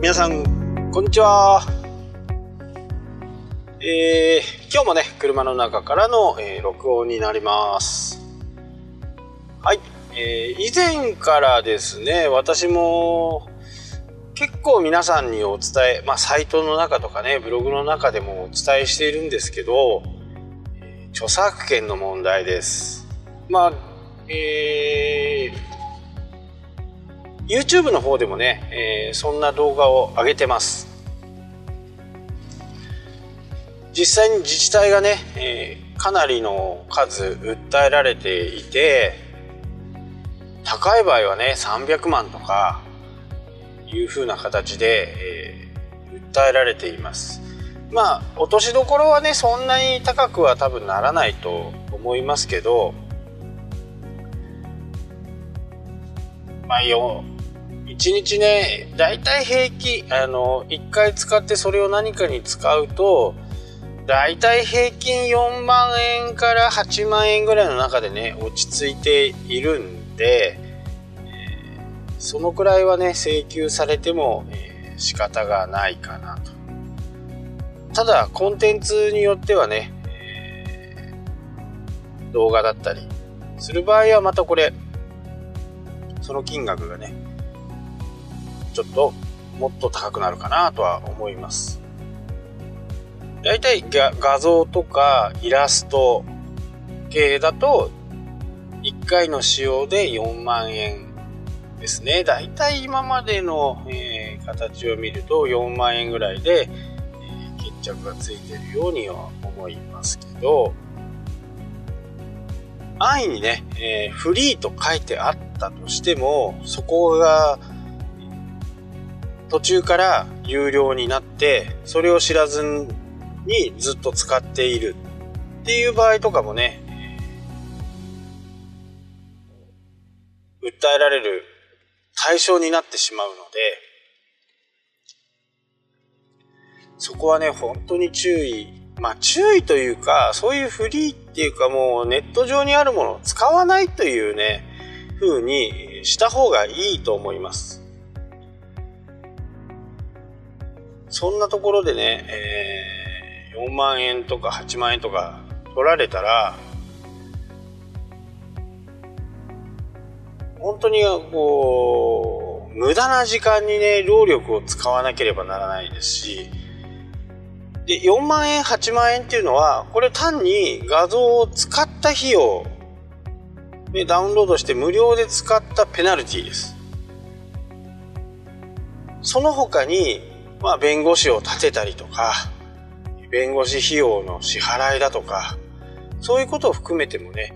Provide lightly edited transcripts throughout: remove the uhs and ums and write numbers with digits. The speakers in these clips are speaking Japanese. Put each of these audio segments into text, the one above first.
皆さんこんにちは。今日もね車の中からの、録音になります。はい、以前からですね、私も結構皆さんにお伝え、サイトの中とかねブログの中でもお伝えしているんですけど、著作権の問題です。YouTube の方でもね、そんな動画を上げてます。実際に自治体がね、かなりの数訴えられていて、高い場合はね300万とかいう風な形で、訴えられています。落としどころはねそんなに高くは多分ならないと思いますけど、1日ねだいたい平均1回使ってそれを何かに使うとだいたい平均4万円から8万円ぐらいの中でね落ち着いているんで、そのくらいはね請求されても、仕方がないかなと。ただコンテンツによってはね、動画だったりする場合はまたこれその金額がねちょっともっと高くなるかなとは思います。だいたい画像とかイラスト系だと1回の使用で4万円ですね。だいたい今までの、形を見ると4万円ぐらいで、決着がついているようには思いますけど、安易にね、フリーと書いてあったとしてもそこが途中から有料になってそれを知らずにずっと使っているっていう場合とかもね、訴えられる対象になってしまうので、そこはね本当に注意というか、そういうフリーっていうかもうネット上にあるものを使わないというね風にした方がいいと思います。そんなところでね、4万円とか8万円とか取られたら本当にこう無駄な時間にね労力を使わなければならないですし、で4万円8万円っていうのはこれ単に画像を使った費用でダウンロードして無料で使ったペナルティです。その他に弁護士を立てたりとか弁護士費用の支払いだとかそういうことを含めてもね、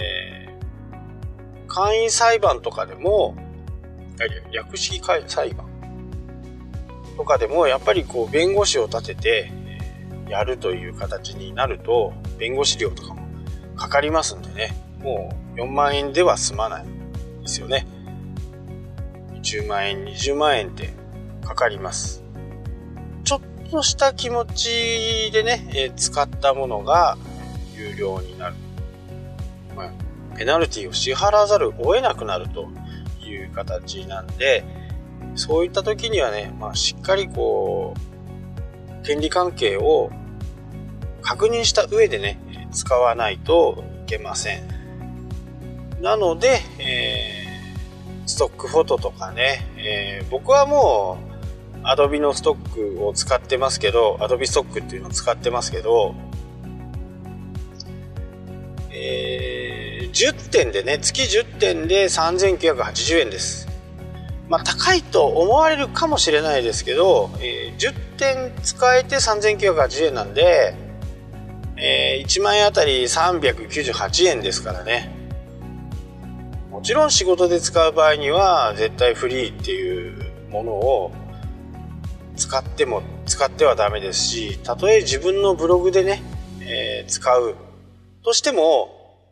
簡易裁判とかでも略式裁判とかでもやっぱりこう弁護士を立ててやるという形になると弁護士料とかもかかりますんでね、もう4万円では済まないですよね。10万円20万円ってかかります。ちょっとした気持ちでね、使ったものが有料になる、ペナルティを支払わざるを得なくなるという形なんで、そういった時にはね、しっかりこう権利関係を確認した上でね使わないといけません。なので、ストックフォトとかね、僕はもうAdobe のストックを使ってますけど、Adobe ストックっていうのを使ってますけど、10点でね月10点で3980円です。高いと思われるかもしれないですけど、10点使えて3980円なんで、1万円あたり398円ですからね。もちろん仕事で使う場合には絶対フリーっていうものを使ってはダメですし、たとえ自分のブログでね、使うとしても、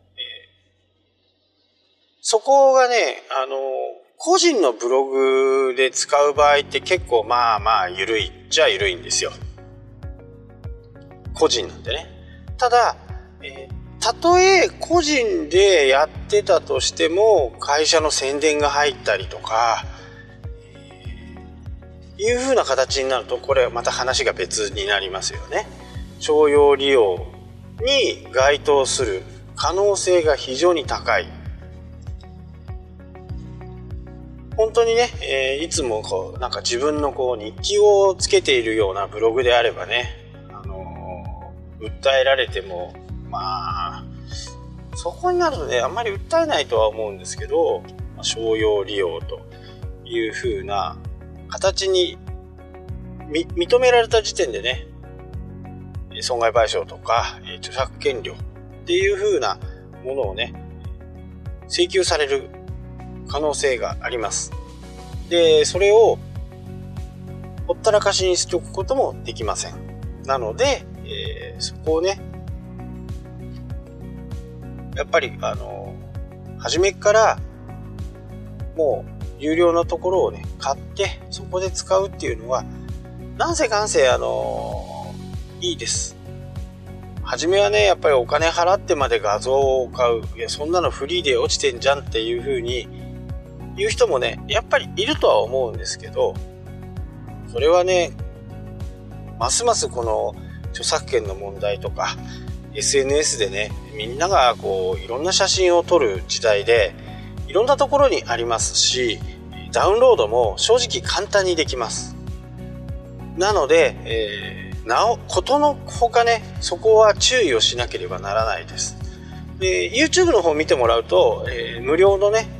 そこがね個人のブログで使う場合って結構緩いっちゃ緩いんですよ。個人なんでね。ただ、たとえ個人でやってたとしても会社の宣伝が入ったりとか、 いう風な形になると、これまた話が別になりますよね。商用利用に該当する可能性が非常に高い。本当にね、いつもなんか自分の日記をつけているようなブログであればね、訴えられてもそこになるとね、あんまり訴えないとは思うんですけど、商用利用という風な形に認められた時点でね、損害賠償とか著作権料っていう風なものをね、請求される可能性があります。で、それをほったらかしにしておくこともできません。なので、そこをね、やっぱり初めからもう有料のところをね買ってそこで使うっていうのはなんせかんせいいです。初めはね、やっぱりお金払ってまで画像を買う、いやそんなのフリーで落ちてんじゃんっていう風に言う人もね、やっぱりいるとは思うんですけど、それはね、ますますこの著作権の問題とか SNS でね、みんながいろんな写真を撮る時代でいろんなところにありますし、ダウンロードも正直簡単にできます。なので、ことのほかね、そこは注意をしなければならないです。で、YouTube の方を見てもらうと、無料のね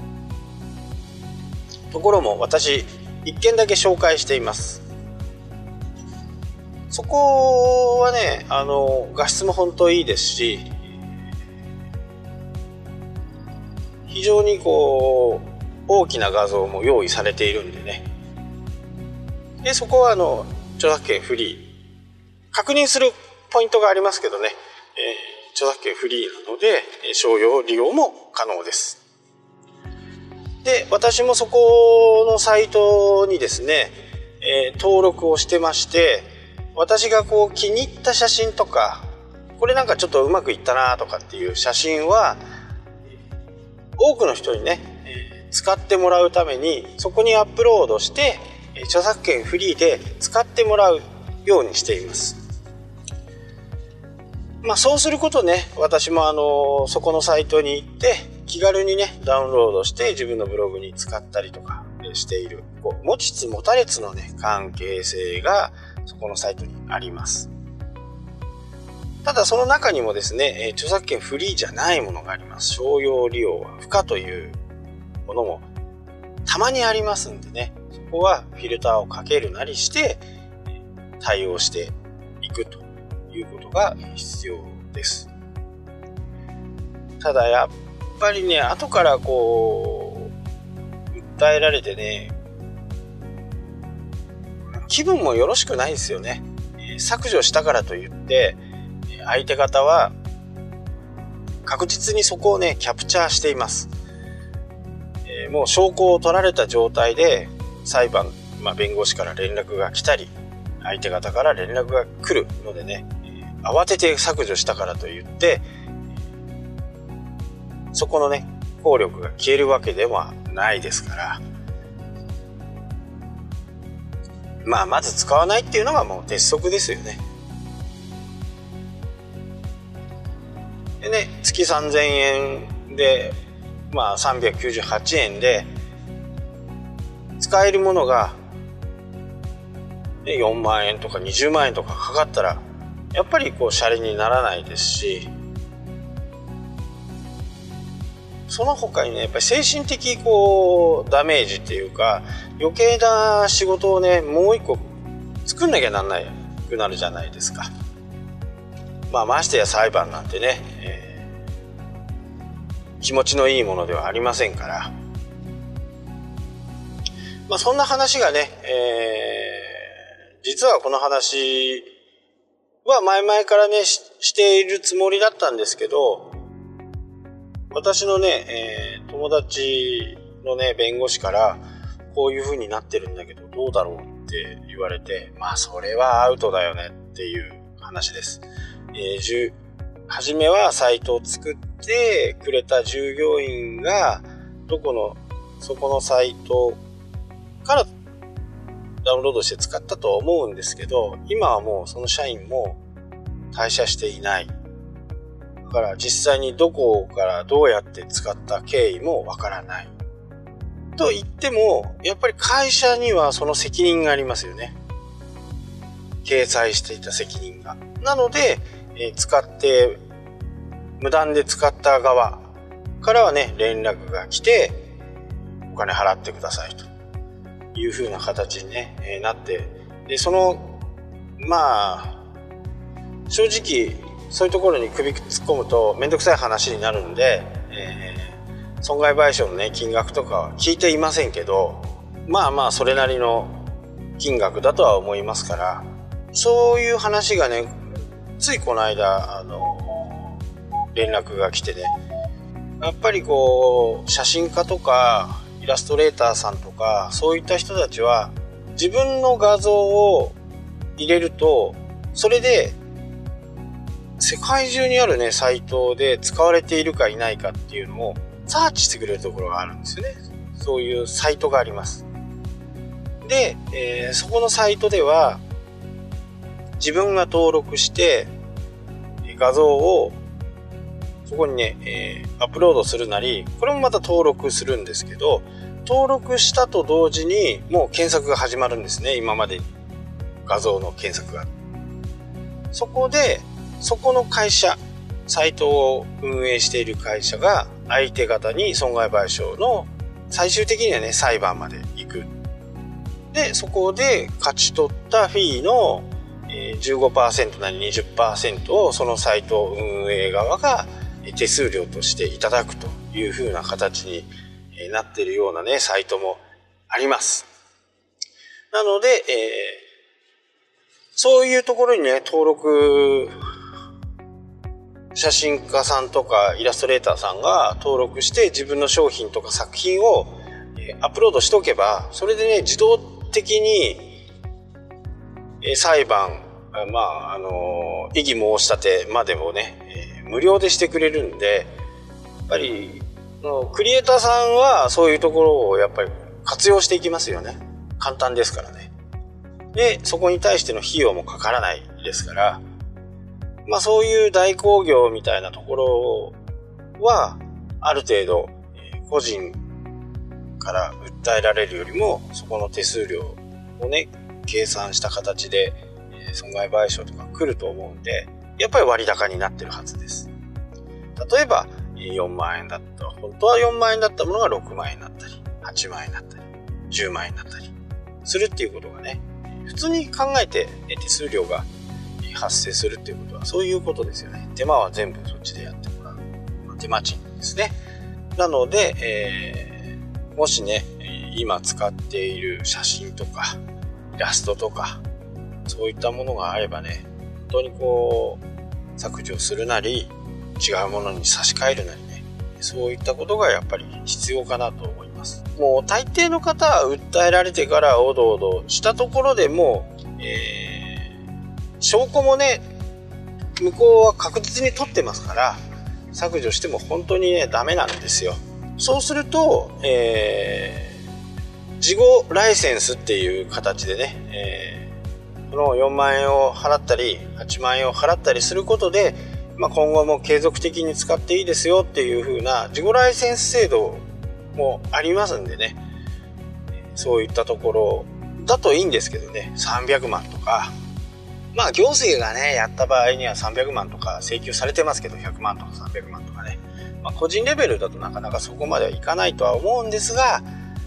ところも私1件だけ紹介しています。そこはね、画質も本当いいですし、非常に大きな画像も用意されているんでね。で、そこは著作権フリー。確認するポイントがありますけどね、著作権フリーなので商用利用も可能です。で、私もそこのサイトにですね、登録をしてまして、私が気に入った写真とか、これなんかちょっとうまくいったなとかっていう写真は多くの人にね、使ってもらうためにそこにアップロードして著作権フリーで使ってもらうようにしています。そうすることね、私もそこのサイトに行って気軽にねダウンロードして自分のブログに使ったりとかしている、持ちつ持たれつのね関係性がそこのサイトにあります。ただその中にもですね、著作権フリーじゃないものがあります。商用利用は不可というものもたまにありますんでね、そこはフィルターをかけるなりして対応していくということが必要です。ただやっぱりね、後から訴えられてね、気分もよろしくないですよね。削除したからといって相手方は確実にそこをねキャプチャーしています。もう証拠を取られた状態で裁判、弁護士から連絡が来たり相手方から連絡が来るのでね、慌てて削除したからといってそこのね効力が消えるわけではないですから、まず使わないっていうのがもう鉄則ですよね。でね、月3000円で398円で使えるものが4万円とか20万円とかかかったらやっぱりシャレにならないですし、その他にねやっぱり精神的ダメージっていうか余計な仕事をねもう一個作んなきゃなんなくなるじゃないですか。ましてや裁判なんてね、気持ちのいいものではありませんから、そんな話がね、実はこの話は前々からねしているつもりだったんですけど、私のね、友達のね弁護士からこういう風になってるんだけどどうだろうって言われて、それはアウトだよねっていう話です。初めはサイトを作ってくれた従業員がそこのサイトからダウンロードして使ったと思うんですけど、今はもうその社員も退社していない。だから実際にどこからどうやって使った経緯もわからない。と言っても、やっぱり会社にはその責任がありますよね。掲載していた責任が。なので、無断で使った側からはね、連絡が来て、お金払ってくださいという風な形に、ねなって、で正直そういうところに首突っ込むとめんどくさい話になるんで、損害賠償のね金額とかは聞いていませんけど、それなりの金額だとは思いますから、そういう話がねついこの間連絡が来てね、やっぱり写真家とかイラストレーターさんとかそういった人たちは自分の画像を入れると、それで世界中にあるねサイトで使われているかいないかっていうのをサーチしてくれるところがあるんですよね。そういうサイトがあります。で、そこのサイトでは自分が登録して画像をそこにね、アップロードするなり、これもまた登録するんですけど、登録したと同時にもう検索が始まるんですね。今まで画像の検索が。そこでそこの会社、サイトを運営している会社が相手方に損害賠償の最終的にはね裁判まで行く。でそこで勝ち取ったフィーの 15% なり 20% をそのサイト運営側が手数料としていただくという風な形になっているようなねサイトもあります。なので、そういうところにね登録写真家さんとかイラストレーターさんが登録して自分の商品とか作品をアップロードしておけば、それでね自動的に裁判、異議申し立てまでもね無料でしてくれるんで、やっぱりクリエイターさんはそういうところをやっぱり活用していきますよね。簡単ですからね。でそこに対しての費用もかからないですから、そういう代行業みたいなところはある程度個人から訴えられるよりも、そこの手数料をね計算した形で損害賠償とか来ると思うんで、やっぱり割高になってるはずです。例えば4万円だった本当は4万円だったものが6万円になったり8万円になったり10万円になったりするっていうことがね、普通に考えて手数料が発生するっていうことはそういうことですよね。手間は全部そっちでやってもらう、手間賃ですね。なので、もしね今使っている写真とかイラストとかそういったものがあればね、本当に削除するなり違うものに差し替えるなりね、そういったことがやっぱり必要かなと思います。もう大抵の方は訴えられてからおどおどしたところでも証拠もね向こうは確実に取ってますから、削除しても本当にねダメなんですよ。そうすると、事後ライセンスっていう形でね、この4万円を払ったり8万円を払ったりすることで、今後も継続的に使っていいですよっていう風な事後ライセンス制度もありますんでね、そういったところだといいんですけどね、300万とか行政がねやった場合には300万とか請求されてますけど、100万とか300万とかね、個人レベルだとなかなかそこまではいかないとは思うんですが、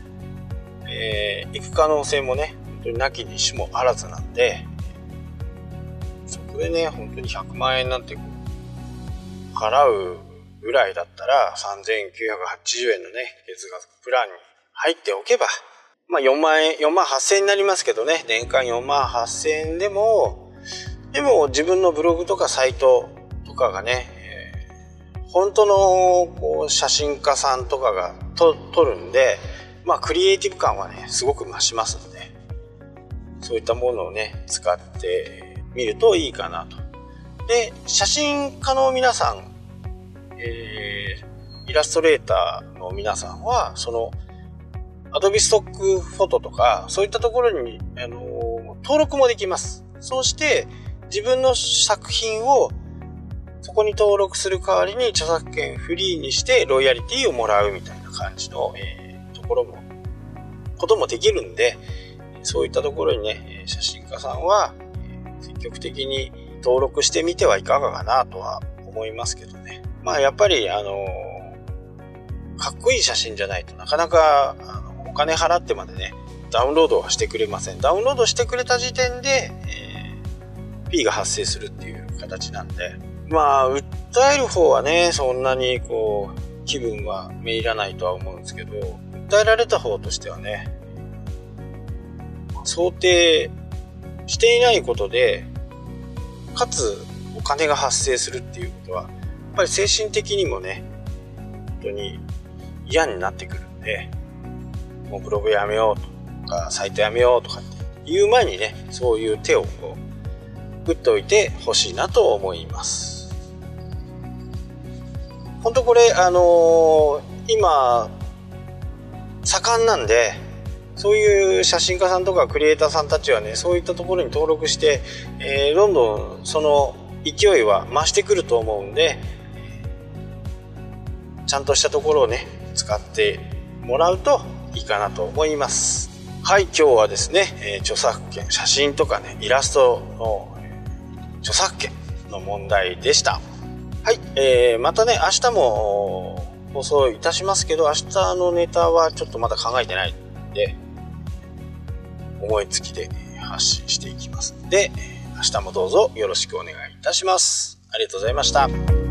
行く可能性もね本当になきにしもあらずなんで、そこでね本当に100万円なんて払うぐらいだったら3980円のね月額プランに入っておけば、4万8000円になりますけどね、年間4万8000円でも自分のブログとかサイトとかがね、本当の写真家さんとかが撮るんで、クリエイティブ感はねすごく増しますので、そういったものをね使ってみるといいかなと。で写真家の皆さん、イラストレーターの皆さんはその Adobe ストックフォトとか、そういったところに、登録もできます。そうして、自分の作品をそこに登録する代わりに著作権フリーにしてロイヤリティをもらうみたいな感じの、こともできるんで、そういったところにね、写真家さんは積極的に登録してみてはいかがかなとは思いますけどね。まあやっぱりかっこいい写真じゃないとなかなかお金払ってまでねダウンロードはしてくれません。ダウンロードしてくれた時点で、P が発生するっていう形なんで、まあ訴える方はねそんなにこう気分はめいらないとは思うんですけど、訴えられた方としてはね、想定していないことでかつお金が発生するっていうことはやっぱり精神的にもね本当に嫌になってくるんで、もうブログやめようとかサイトやめようとかっていう前にね、そういう手をこう打っておいてほしいなと思います。本当これ今盛んなんで、そういう写真家さんとかクリエイターさんたちはね、そういったところに登録して、どんどんその勢いは増してくると思うんで、ちゃんとしたところをね使ってもらうといいかなと思います。はい、今日はですね、著作権、写真とかねイラストの著作権の問題でした。はい、またね明日も放送いたしますけど、明日のネタはちょっとまだ考えてないんで思いつきで発信していきますので、明日もどうぞよろしくお願いいたします。ありがとうございました。